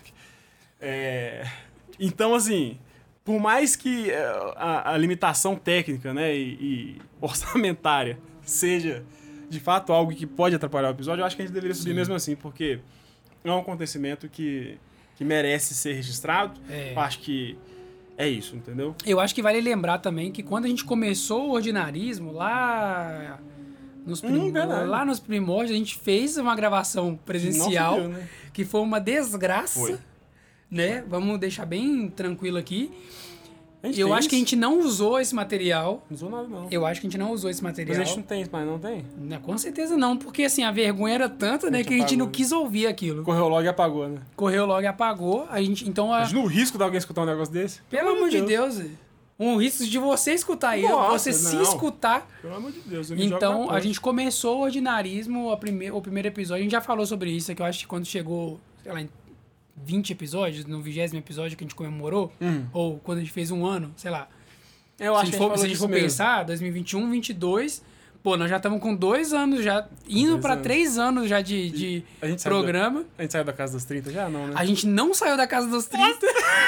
É... Então, assim, por mais que é, a, a limitação técnica, né, e, e orçamentária seja, de fato, algo que pode atrapalhar o episódio, eu acho que a gente deveria subir Sim. mesmo assim, porque é um acontecimento que, que merece ser registrado. É. Eu acho que é isso, entendeu? Eu acho que vale lembrar também que quando a gente começou o ordinarismo, lá nos, prim... Hum, verdade. lá nos primórdios, a gente fez uma gravação presencial, Não se viu, né? que foi uma desgraça, Foi. né? Vamos deixar bem tranquilo aqui. A gente Eu tem acho que a isso? gente não usou esse material. Não usou nada, não. Eu acho que a gente não usou esse Mas material. a gente não tem isso, mas não tem? Não, com certeza não, porque assim, a vergonha era tanta, né, gente que a gente apagou, não né? quis ouvir aquilo. Correu logo e apagou, né? Correu logo e apagou. A gente, então, a... Imagina o risco de alguém escutar um negócio desse. pelo amor de Deus, um risco de você escutar eu, Nossa, você se não. escutar. Pelo amor de Deus, eu me jogo na Então, a ponte. gente começou o ordinarismo, a prime... o primeiro episódio, a gente já falou sobre isso, que eu acho que quando chegou, sei lá, em vinte episódios, no vigésimo episódio que a gente comemorou, Hum. ou quando a gente fez um ano, sei lá. Eu se a acho gente que for, a gente se a gente for falou disso pensar, dois mil e vinte e um, vinte e dois, pô, nós já estamos com dois anos, já indo dois para anos. três anos já de, de A gente saiu programa. Da, a gente saiu da casa dos trinta já? Não, né? A gente não saiu da casa dos trinta,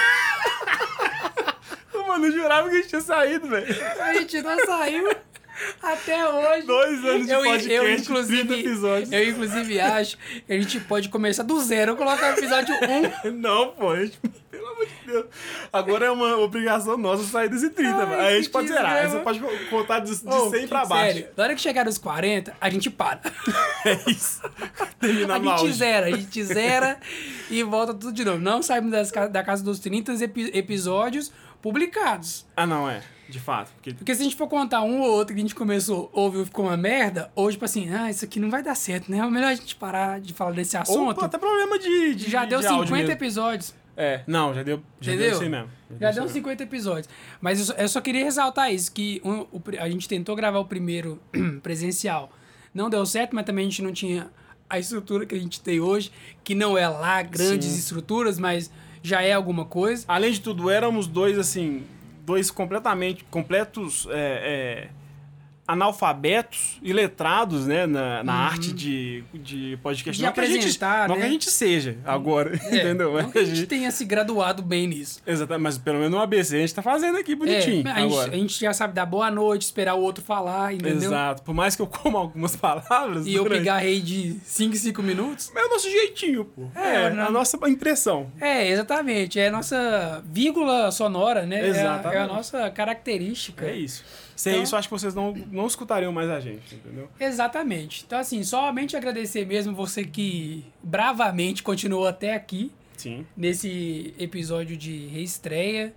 Mano, eu jurava que a gente tinha saído, velho. a gente não saiu até hoje. Dois anos de eu, podcast, eu, trinta inclusive, episódios. eu, inclusive, acho que a gente pode começar do zero, colocar o episódio um. Não, pô, a gente, pelo amor de Deus. Agora é uma obrigação nossa sair desse trinta, Ai, velho. Aí a gente que pode zerar. Aí desgrama. você pode contar de, de Ô, cem pra baixo. Sério, na hora que chegar nos quarenta, a gente para. É isso. Terminar A no gente auge. zera, a gente zera e volta tudo de novo. Não saímos das ca- da casa dos trinta epi- episódios publicados. Ah, não, é. De fato. Porque Porque se a gente for contar um ou outro que a gente começou, ouviu e ficou uma merda, ou tipo assim, ah, isso aqui não vai dar certo, né? É melhor a gente parar de falar desse Ou assunto. pô, até problema de, de já deu de áudio cinquenta mesmo. episódios. É, não, já deu, já Entendeu? deu isso aí mesmo. Já isso deu aí cinquenta episódios. Mas eu só, eu só queria ressaltar isso, que um- o pri- a gente tentou gravar o primeiro presencial não deu certo, mas também a gente não tinha a estrutura que a gente tem hoje, que não é lá grandes Sim. estruturas, mas já é alguma coisa. Além de tudo, éramos dois, assim, dois completamente, completos é, é, analfabetos e letrados, né, na, na Uhum. arte de, de podcast. De não que a gente, apresentar, não né? que a gente seja agora, É, entendeu? não Mas que a gente tenha se graduado bem nisso. Exatamente, mas pelo menos no A B C a gente tá fazendo aqui bonitinho É, a, gente, agora. a gente já sabe dar boa noite, esperar o outro falar, entendeu? Exato. Por mais que eu coma algumas palavras... E eu durante- pigarrei de cinco em cinco minutos. É o nosso jeitinho, pô. É, É, né? a nossa impressão. É, exatamente. É a nossa vírgula sonora, né? É a- Exatamente. É a, nossa característica. É isso. Sem Então- isso, eu acho que vocês não, não escutariam mais a gente, entendeu? Exatamente. Então, assim, somente agradecer mesmo você que bravamente continuou até aqui Sim. nesse episódio de reestreia.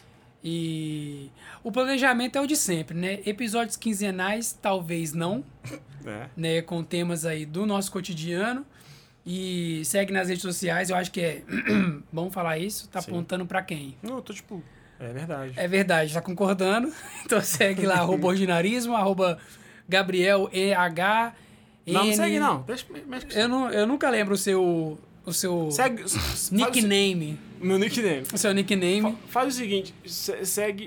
E o planejamento é o de sempre, né? Episódios quinzenais, talvez não, É. né? Com temas aí do nosso cotidiano. E segue nas redes sociais, eu acho que é bom falar isso. Tá Sim. apontando pra quem? Não, eu tô tipo... É verdade. É verdade, tá concordando. Então segue lá, arroba ordinarismo, arroba Gabriel E H. Não, não N. segue não. Deixa, mexe com Eu, não, eu nunca lembro o seu, o seu Segue... nickname. Faz o, meu nickname. O seu nickname. Fa- Faz o seguinte, se- segue...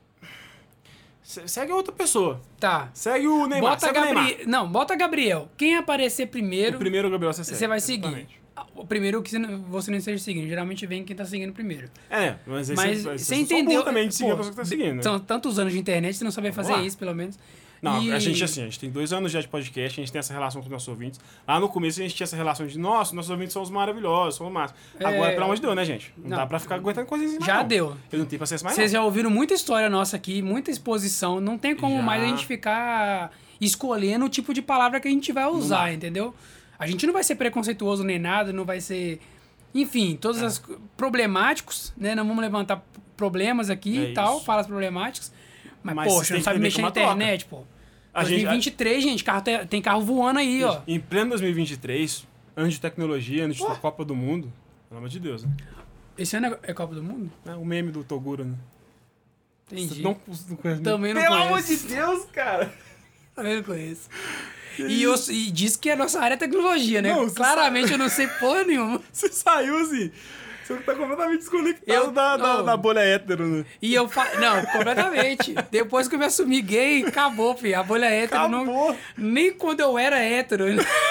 se- Segue outra pessoa. Tá. Segue o Neymar. Bota segue o Neymar. Gabriel. Não, bota Gabriel. Quem aparecer primeiro, O primeiro Gabriel você segue. você vai seguir. Exatamente. O primeiro que você não, você não esteja seguindo. Geralmente vem quem tá seguindo primeiro. É, mas aí Mas você, você você entendeu. Só também de seguir pô, a pessoa que tá seguindo. né? São tantos anos de internet, você não sabe Vamos fazer lá. isso, pelo menos. Não, E- a gente assim, a gente tem dois anos já de podcast, a gente tem essa relação com os nossos ouvintes. Lá no começo a gente tinha essa relação de, nossa, nossos ouvintes são os maravilhosos, são os máximos. É. Agora, pelo amor de Deus, né, gente? Não, Não. dá pra ficar aguentando coisas assim, Já não. deu. Ele não tem paciência mais Vocês não. já ouviram muita história nossa aqui, muita exposição. Não tem como Já. mais a gente ficar escolhendo o tipo de palavra que a gente vai usar, entendeu? A gente não vai ser preconceituoso nem nada, não vai ser... Enfim, todas É. as... Problemáticos, né? Não vamos levantar p- problemas aqui É e tal, isso. falas problemáticas. Mas, Mas vocês poxa, têm não que sabe entender mexer que é na uma troca. internet, pô. A gente- dois mil e vinte e três, gente, carro tem, tem carro voando aí, ó. Em pleno dois mil e vinte e três, ano de tecnologia, ano de Copa do Mundo, pelo amor de Deus, né? Esse ano é é Copa do Mundo? É o meme do Toguro, né? Entendi. Não, não conhece Também não Pelo conheço. amor de Deus, cara! Também não conheço. E, eu, e diz que a nossa área é tecnologia, né? Não, você Claramente eu não sei porra nenhuma. Você saiu assim. Você tá completamente desconectado Eu- da, da, não. da bolha hétero, né? E eu fa... Não, completamente. Depois que eu me assumi gay, acabou, filho. A bolha hétero não. Acabou. Nem quando eu era hétero.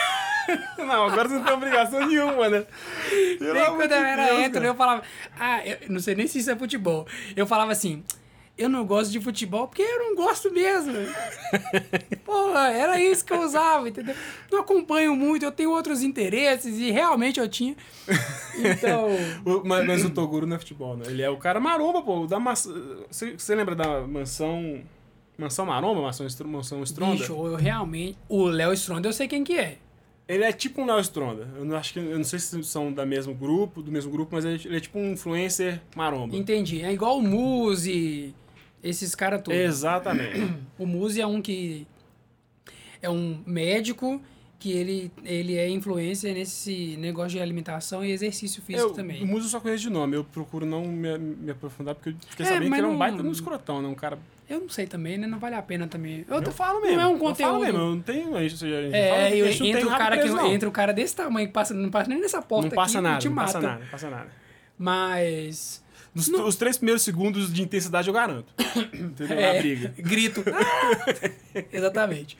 Não, agora você não tem obrigação nenhuma, né? Pelo Nem amor quando de eu era Deus, hétero, cara. eu falava. Ah, eu não sei nem se isso é futebol. Eu falava assim. Eu não gosto de futebol porque eu não gosto mesmo. Porra, era isso que eu usava, entendeu? Não acompanho muito, eu tenho outros interesses e realmente eu tinha. Então. O- mas, mas o Toguro não é futebol, né? Ele é o cara maromba, pô. Da maçã... você, você lembra da mansão... Mansão Maromba? Mansão, Estro... mansão Stronda? Bicho, eu realmente. O Léo Stronda eu sei quem que é. Ele é tipo um Léo Stronda. Eu não, acho que, eu não sei se são da mesmo grupo, do mesmo grupo, mas ele, ele é tipo um influencer maromba. Entendi. É igual o Muzi, esses caras todos. Exatamente. O Muzi é um que é um médico que ele, ele é influencer nesse negócio de alimentação e exercício físico eu, também. O Muso eu só conheço de nome, eu procuro não me, me aprofundar, porque eu fiquei É, sabendo que mas ele é um não- baita no escrotão, né? Um cara... Eu não sei também, né? Não vale a pena também. Eu, Eu, tô- falo mesmo. Não é um Eu falo conteúdo. mesmo, eu não tenho... A gente, a gente fala, É, a eu, gente não tem entra, o rabo cara que, preso, não. entra o cara desse tamanho que passa, não passa nem nessa porta Não passa aqui nada, e te não mata. passa nada, não passa nada. Mas... Os, os três primeiros segundos de intensidade eu garanto. Entendeu? É, A briga. grito. Exatamente.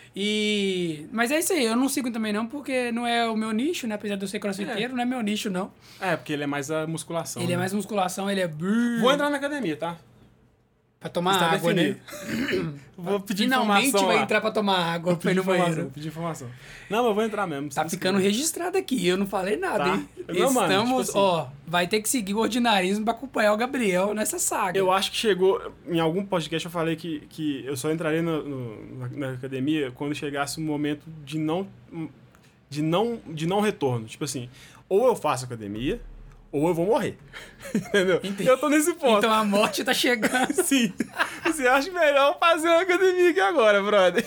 E... Mas é isso aí, eu não sigo também não, porque não é o meu nicho, né? Apesar de eu ser crossfiteiro, não é meu nicho, não. É, porque ele é mais a musculação. Ele é né? mais musculação, ele é... Vou entrar na academia, tá? Pra tomar Está água, definido. né? Vou pedir Finalmente informação vai lá. entrar pra tomar água, Vou pra ir pedir no informação, banheiro. vou pedir informação. Não, mas eu vou entrar mesmo. Tá se ficando inscreve. registrado aqui, eu não falei nada, Tá. hein? Não, mano, Estamos, tipo assim- ó, vai ter que seguir o ordinarismo pra acompanhar o Gabriel nessa saga. Eu acho que chegou... Em algum podcast eu falei que, que eu só entraria no, no- na, na academia quando chegasse um momento de não, de, não, de não retorno. Tipo assim, ou eu faço academia, ou eu vou morrer. Entendeu? Entendi. Eu tô nesse ponto. Então a morte tá chegando. Sim. Você acha melhor fazer uma academia aqui agora, brother.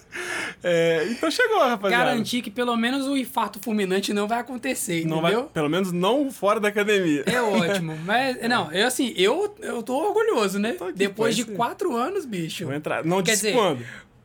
É, então chegou, rapaziada. Garantir que pelo menos o infarto fulminante não vai acontecer, Não entendeu? vai, pelo menos não fora da academia. É ótimo. Mas, não, eu assim, eu, eu tô orgulhoso, né? Tô aqui, Depois de pode ser. quatro anos, bicho. Vou entrar. Não Quer disse dizer, quando.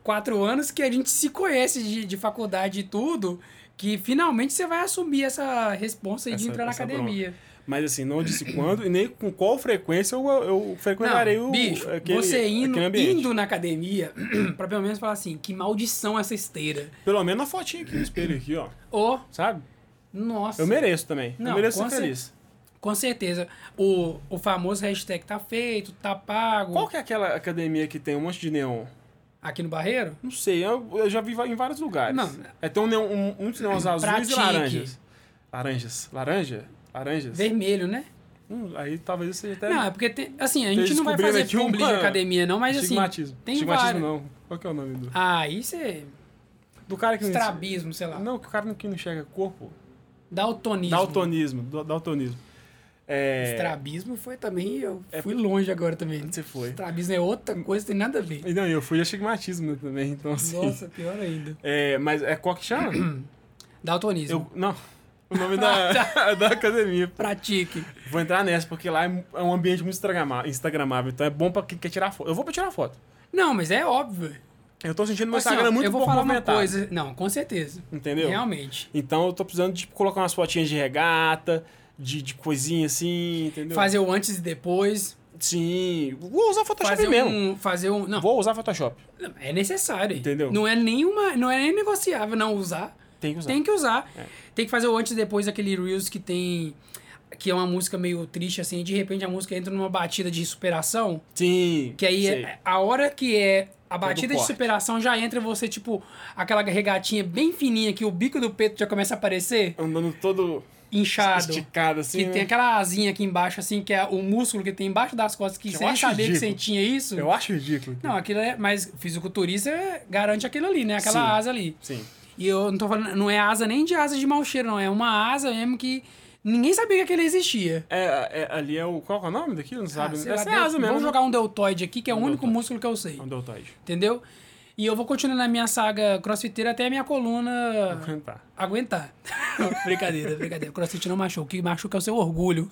quatro anos que a gente se conhece de, de faculdade e tudo, que finalmente você vai assumir essa responsa aí de Essa- entrar na essa academia. Mas assim, não disse quando e nem com qual frequência eu, eu frequentarei Não, o bicho, aquele, você indo, aquele ambiente. indo na academia, pra pelo menos falar assim, que maldição essa esteira. Pelo menos na fotinha aqui no espelho aqui, ó. Ô, Sabe? nossa. Eu mereço também. Não, eu mereço com ser cer- feliz. Com certeza. O, o famoso hashtag tá feito, tá pago. Qual que é aquela academia que tem um monte de neon? Aqui no Barreiro? Não sei, eu, eu já vi em vários lugares. Não. É, tem um neon, um, uns neons azuis Pratique. e laranjas. Laranjas. Laranja? Laranjas? Vermelho, né? Hum, aí talvez seja até... Não, é porque tem. Assim, a gente não vai descobrindo fazer aqui publi uma- de academia, não, mas assim. estigmatismo. Tem estigmatismo vários. não. Qual que é o nome do... Ah, isso é. Do cara que não... Estrabismo, sei lá. Não, o cara que não enxerga corpo. Daltonismo. Daltonismo. do- Daltonismo. É... Estrabismo foi também. Eu É- fui longe agora também. Você foi. Estrabismo é outra coisa, tem nada a ver. E Não, eu fui astigmatismo também, então assim... Nossa, pior ainda. É, mas é qual que chama? Daltonismo. eu, não, o nome da, da academia. Pratique. Vou entrar nessa, porque lá é é um ambiente muito instagrama- instagramável, então é bom pra quem quer tirar foto. Eu vou pra tirar foto. Não, mas é óbvio. Eu tô sentindo meu Assim, Instagram ó, muito eu vou pouco falar uma movimentado, coisa. Não, com certeza. entendeu? Realmente. Então eu tô precisando de colocar umas fotinhas de regata, de, de coisinha assim, entendeu? Fazer o antes e depois. Sim, vou usar Photoshop Fazer mesmo. um. Fazer um. Não, Vou usar Photoshop. é necessário. Entendeu? Não é nenhuma. Não é nem negociável não usar. Tem que usar. Tem que usar. É. Tem que fazer o antes e depois daquele Reels que tem. Que é uma música meio triste, assim, e de repente a música entra numa batida de superação. Sim. Que aí sei. é, a hora que é a batida de corte. superação já entra você, tipo, aquela regatinha bem fininha que o bico do peito já começa a aparecer, Andando todo inchado. esticado assim, Que né? tem aquela asinha aqui embaixo, assim, que é o músculo que tem embaixo das costas, que Eu sem acho saber que ridículo. você tinha isso. Eu acho ridículo. Não, aquilo é. Mas fisiculturista garante aquilo ali, né? Aquela Sim. asa ali. Sim. E eu não tô falando. Não é asa nem de asa de mau cheiro, não. É uma asa mesmo que ninguém sabia que aquele existia. É, é, ali é o... Qual que é o nome daquilo? Não sabe? Ah, sei lá, Essa é deu- a asa mesmo. Vamos né? jogar um deltoide aqui, que é o Um único deltoide. músculo que eu sei. É um deltoide. Entendeu? E eu vou continuar na minha saga crossfiteira até a minha coluna Vou cantar. aguentar. Brincadeira, brincadeira. Crossfit não machuca. O que machuca é o seu orgulho.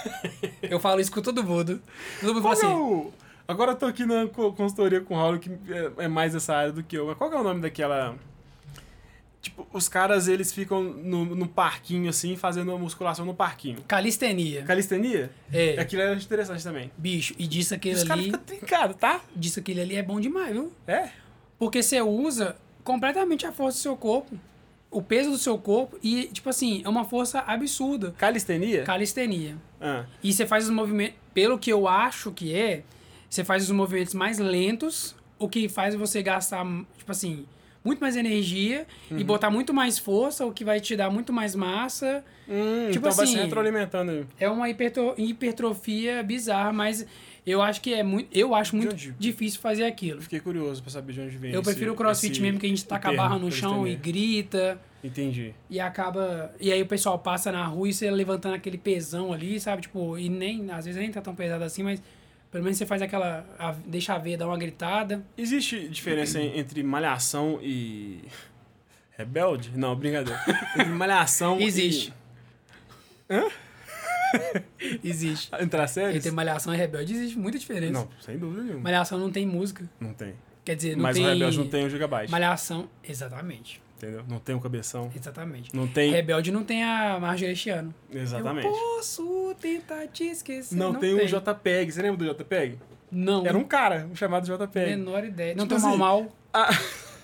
Eu falo isso com todo mundo. Todo mundo fala Qual que é assim. o... Agora eu tô aqui na co- consultoria com o Raul, que é, é mais essa área do que eu. Mas qual que é o nome daquela... Tipo, os caras, eles ficam no, no parquinho, assim, fazendo uma musculação no parquinho. Calistenia. Calistenia? É. Aquilo é interessante também. Bicho, e disso aquele Os caras ali. ficam trincados, tá? Disso aquele ali é bom demais, viu? É? Porque você usa completamente a força do seu corpo. O peso do seu corpo. E, tipo assim, é uma força absurda. Calistenia? Calistenia. Ah. E você faz os movimentos. Pelo que eu acho que é, você faz os movimentos mais lentos, o que faz você gastar, tipo assim, muito mais energia Uhum. e botar muito mais força, o que vai te dar muito mais massa. Hum, Tipo então vai se assim, retroalimentando aí. É uma hipertro- hipertrofia bizarra, mas eu acho que é muito. Eu acho muito onde- difícil fazer aquilo. Fiquei curioso pra saber de onde vem Eu esse- prefiro o crossfit esse- mesmo, que a gente taca a termo, barra no chão e calistenia. grita. Entendi. E acaba. E aí o pessoal passa na rua e você levantando aquele pesão ali, sabe? Tipo, e nem. Às vezes nem tá tão pesado assim, mas pelo menos você faz aquela. A, deixa a veia dar uma gritada. Existe diferença en- entre malhação e... Rebelde? Não, brincadeira. Entre malhação Existe. e... Hã? Existe. Entre as séries? Entre Malhação e Rebelde existe muita diferença. Não, sem dúvida nenhuma. Malhação não tem música. Não tem. Quer dizer, não Mas tem. o Rebelde não tem o Gigabyte. Malhação. Exatamente. Entendeu? Não tem o cabeção. Exatamente. Não tem... Rebelde não tem a Marjorie este ano. Exatamente. Eu posso tentar te esquecer. Não, tem, o JPEG. Você lembra do JPEG? Não. Era um cara, um chamado JPEG. Menor ideia. Não Tipo tem o Mal assim, Mal. A,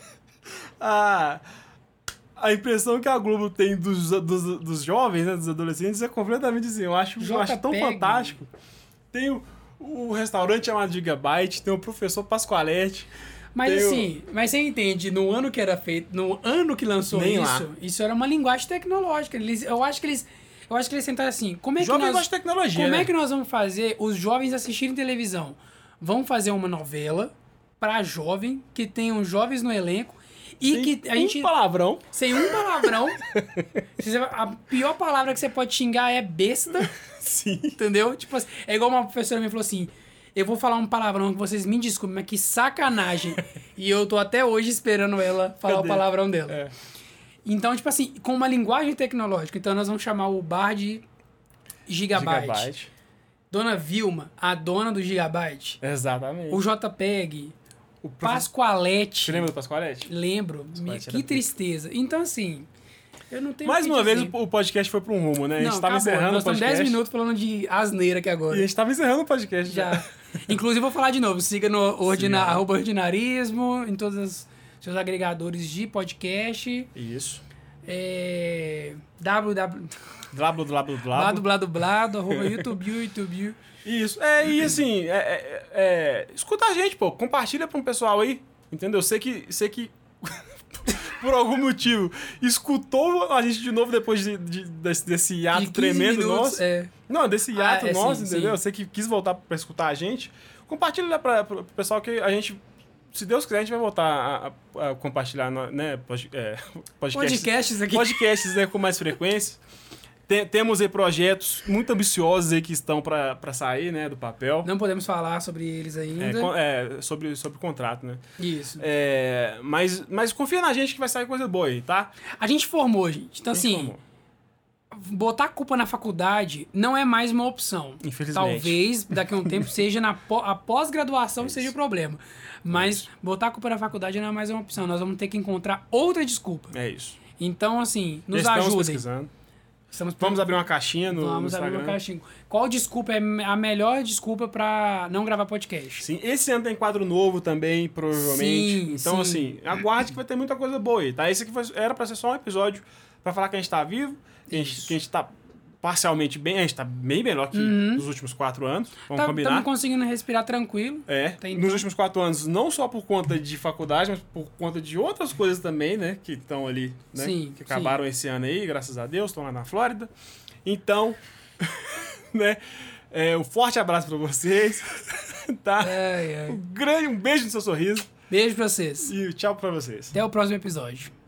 a, a impressão que a Globo tem dos, dos, dos jovens, né, dos adolescentes, é completamente assim. Eu acho, eu acho tão JPEG. fantástico. Tem o, o restaurante chamado Gigabyte, tem o professor Pascoaletti. Mas tem o- assim, mas você entende, no ano que era feito, no ano que lançou Nem isso, lá. isso era uma linguagem tecnológica. Eles, eu acho que eles. Eu acho que eles tentaram assim, como é que Jovem nós. gosta de tecnologia, Como né? é que nós vamos fazer os jovens assistirem televisão? Vamos fazer uma novela pra jovem, que tenham jovens no elenco e Sem que a um gente. palavrão. Sem um palavrão. Se você- a pior palavra que você pode xingar é besta. Sim. Entendeu? Tipo assim, é igual uma professora me falou assim: eu vou falar um palavrão que vocês me desculpem, mas que sacanagem. E eu tô até hoje esperando ela falar Cadê? o palavrão dela. É. Então, tipo assim, com uma linguagem tecnológica, então nós vamos chamar o bar de Gigabyte. Gigabyte. Dona Vilma, a dona do Gigabyte. Exatamente. O JPEG, O prof... Pascoalete. Você lembra do Pascoalete? Lembro. Pascoalete Que tristeza. Então, assim, eu não tenho Mais o que uma dizer. vez o podcast foi pra um rumo, né? A gente Não, tava acabou. encerrando Nós o podcast. estamos dez minutos falando de asneira aqui agora. E a gente tava encerrando o podcast já. Já. Inclusive, vou falar de novo. Siga no ordina... Siga. arroba ordinarismo, em todos os seus agregadores de podcast. Isso. É... www... Blado, blado, Blado, blado. blado, blado, arroba YouTube, YouTube. Isso. É, e assim, é, é, é, escuta a gente, pô. Compartilha pra um pessoal aí. Entendeu? Sei que... Sei que... por algum motivo, escutou a gente de novo depois de, de, desse, desse hiato De tremendo minutos, nosso. É. Não, desse hiato Ah, é, nosso, sim, entendeu? sim. Você que quis voltar pra escutar a gente. Compartilha pra, pra, pro pessoal que a gente, se Deus quiser, a gente vai voltar a, a, a compartilhar, né, pod, é, podcasts, Podcasts aqui. podcasts né, com mais frequência. Tem, temos aí projetos muito ambiciosos aí que estão pra, pra sair, né, do papel. Não podemos falar sobre eles ainda. É, con- é, sobre, sobre o contrato, né? Isso. É, mas, mas confia na gente que vai sair coisa boa aí, tá? A gente formou, gente. Então, A gente assim, formou. botar a culpa na faculdade não é mais uma opção. Infelizmente. Talvez daqui a um tempo seja na pó- a pós-graduação seja o problema. Mas botar a culpa na faculdade não é mais uma opção. Nós vamos ter que encontrar outra desculpa. É isso. Então, assim, nos Já estamos ajudem. pesquisando. Estamos Vamos abrir uma caixinha no, Vamos no abrir Instagram. uma caixinha. Qual desculpa é a melhor desculpa pra não gravar podcast? Sim, esse ano tem quadro novo também, provavelmente. Sim, então, sim. assim, aguarde que vai ter muita coisa boa aí, tá? Esse aqui foi- era pra ser só um episódio pra falar que a gente tá vivo, que a gente, Isso. que a gente tá parcialmente bem, a gente tá bem melhor que nos últimos quatro anos, vamos combinar. Estamos conseguindo respirar tranquilo. É, Tem nos então. últimos quatro anos, não só por conta de faculdade, mas por conta de outras coisas também, né? Que estão ali, né? Sim, que sim. acabaram esse ano aí, graças a Deus, estão lá na Flórida. Então, né? É, um forte abraço pra vocês, tá? Ai, ai. Um grande, um beijo no seu sorriso Beijo pra vocês. e tchau pra vocês. Até o próximo episódio.